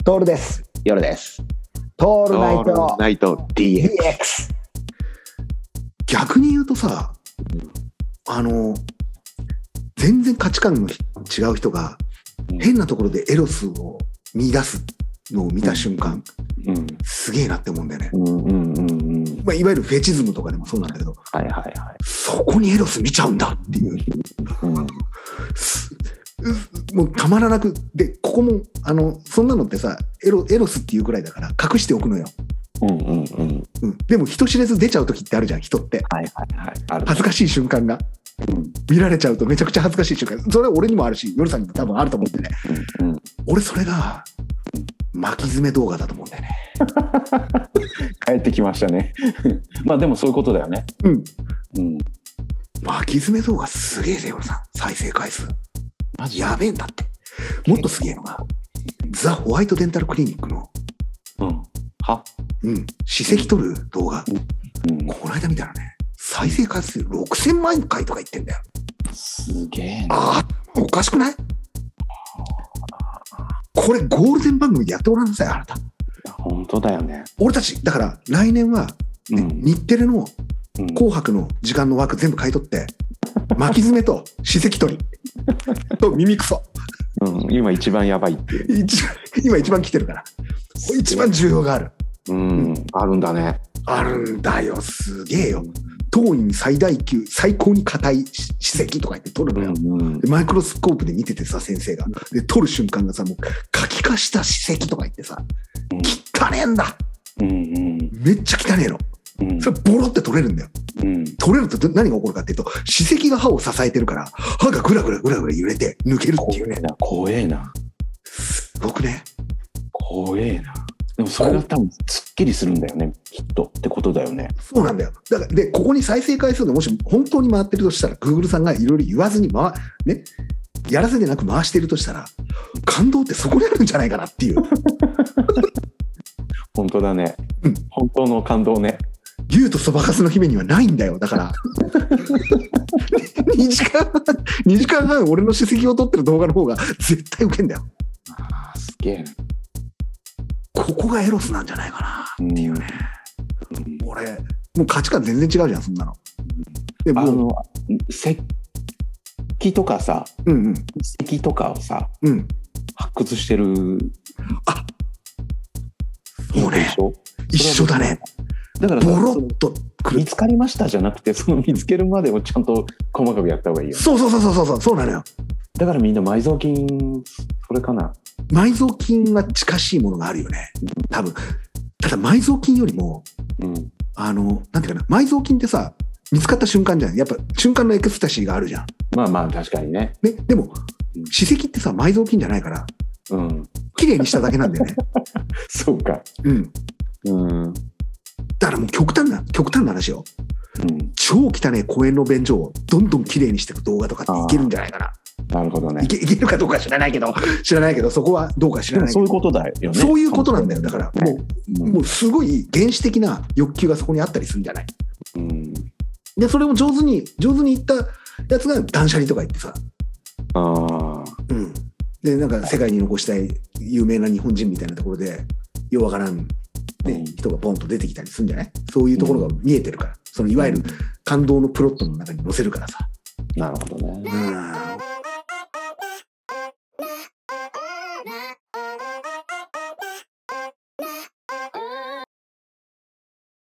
トールです。 夜です。 トールナイオールトナイト DX。 逆に言うとさ、全然価値観の違う人が変なところでエロスを見出すのを見た瞬間、すげえなって思うんだよね。まあ、いわゆるフェチズムとかでもそうなんだけど、そこにエロス見ちゃうんだっていう、もうたまらなくで、ここもそんなのってさ、エロスっていうくらいだから隠しておくのよ。でも人知れず出ちゃう時ってあるじゃん、人って。恥ずかしい瞬間が、見られちゃうとめちゃくちゃ恥ずかしい瞬間、それは俺にもあるし、夜さんにも多分あると思うんでね。俺それが巻き爪動画だと思うんだよね。 帰ってきましたね。まあでもそういうことだよね。 巻き爪動画すげえぜ、夜さん。再生回数マジやべえんだって。もっとすげえのがザ・ホワイトデンタルクリニックの歯石取る動画、この間見たらね、再生回数6000万回とか言ってんだよ。 すげえな。 おかしくない？これゴールデン番組でやってごらんなさい、あなた。 本当だよね。 俺たちだから来年は、日テレの紅白の時間の枠全部買い取って、巻き爪と歯石取りと耳クソ、 今一番やばいっていう。 今一番来てるから、一番需要がある。 あるんだね。 あるんだよ。すげえよ。当院最大級最高に硬い歯石とか言って取るのよ。でマイクロスコープで見ててさ、先生がで取る瞬間がさ、もうかき化した歯石とか言ってさ、汚ねえんだ。めっちゃ汚ねえの。それボロって取れるんだよ。取れると何が起こるかっていうと、歯石が歯を支えてるから、歯がグラグラ揺れて抜けるっていうね。 怖えな。 すごくね。 怖えな。でもそれが多分すっきりするんだよね、きっとってことだよね。 そうなんだよ。だからで、ここに再生回数がもし本当に回ってるとしたら、Google さんがいろいろ言わずにやらせでなく回してるとしたら、感動ってそこにあるんじゃないかなっていう。 本当だね。本当の感動ね。 竜とそばかすの姫にはないんだよ。だから2時間半俺の歯石を撮ってる動画の方が絶対ウケんだよ。 すげえ。 ここがエロスなんじゃないかなっていうね。俺もう価値観全然違うじゃん、そんなの。でも石とかさ、石とかをさ、発掘してる。 もうね、一緒だね。 だからボロッと見つかりましたじゃなくて、その見つけるまでをちゃんと細かくやった方がいいよね。 そうなのよ。だからみんな埋蔵金、それかな。 埋蔵金は近しいものがあるよね、多分。ただ埋蔵金よりも、なんていうかな、埋蔵金ってさ、見つかった瞬間じゃん。やっぱ瞬間のエクスタシーがあるじゃん。 まあ確かにね。 でも歯石ってさ、埋蔵金じゃないから、綺麗にしただけなんだよね。 そうか。 だからもう極端な話よ。超汚い公園の便所をどんどん綺麗にしていく動画とかっていけるんじゃないかな。 なるほどね。 いけるかどうか知らないけど、そこはどうか知らないけど。 そういうことだよね。 そういうことなんだよ。だからもうすごい原始的な欲求がそこにあったりするんじゃない。でそれを上手にいったやつが断捨離とか言ってさ。でなんか世界に残したい有名な日本人みたいなところでようわからん、人がポンと出てきたりするんじゃない。そういうところが見えてるから、そのいわゆる感動のプロットの中に載せるからさ。 なるほどね。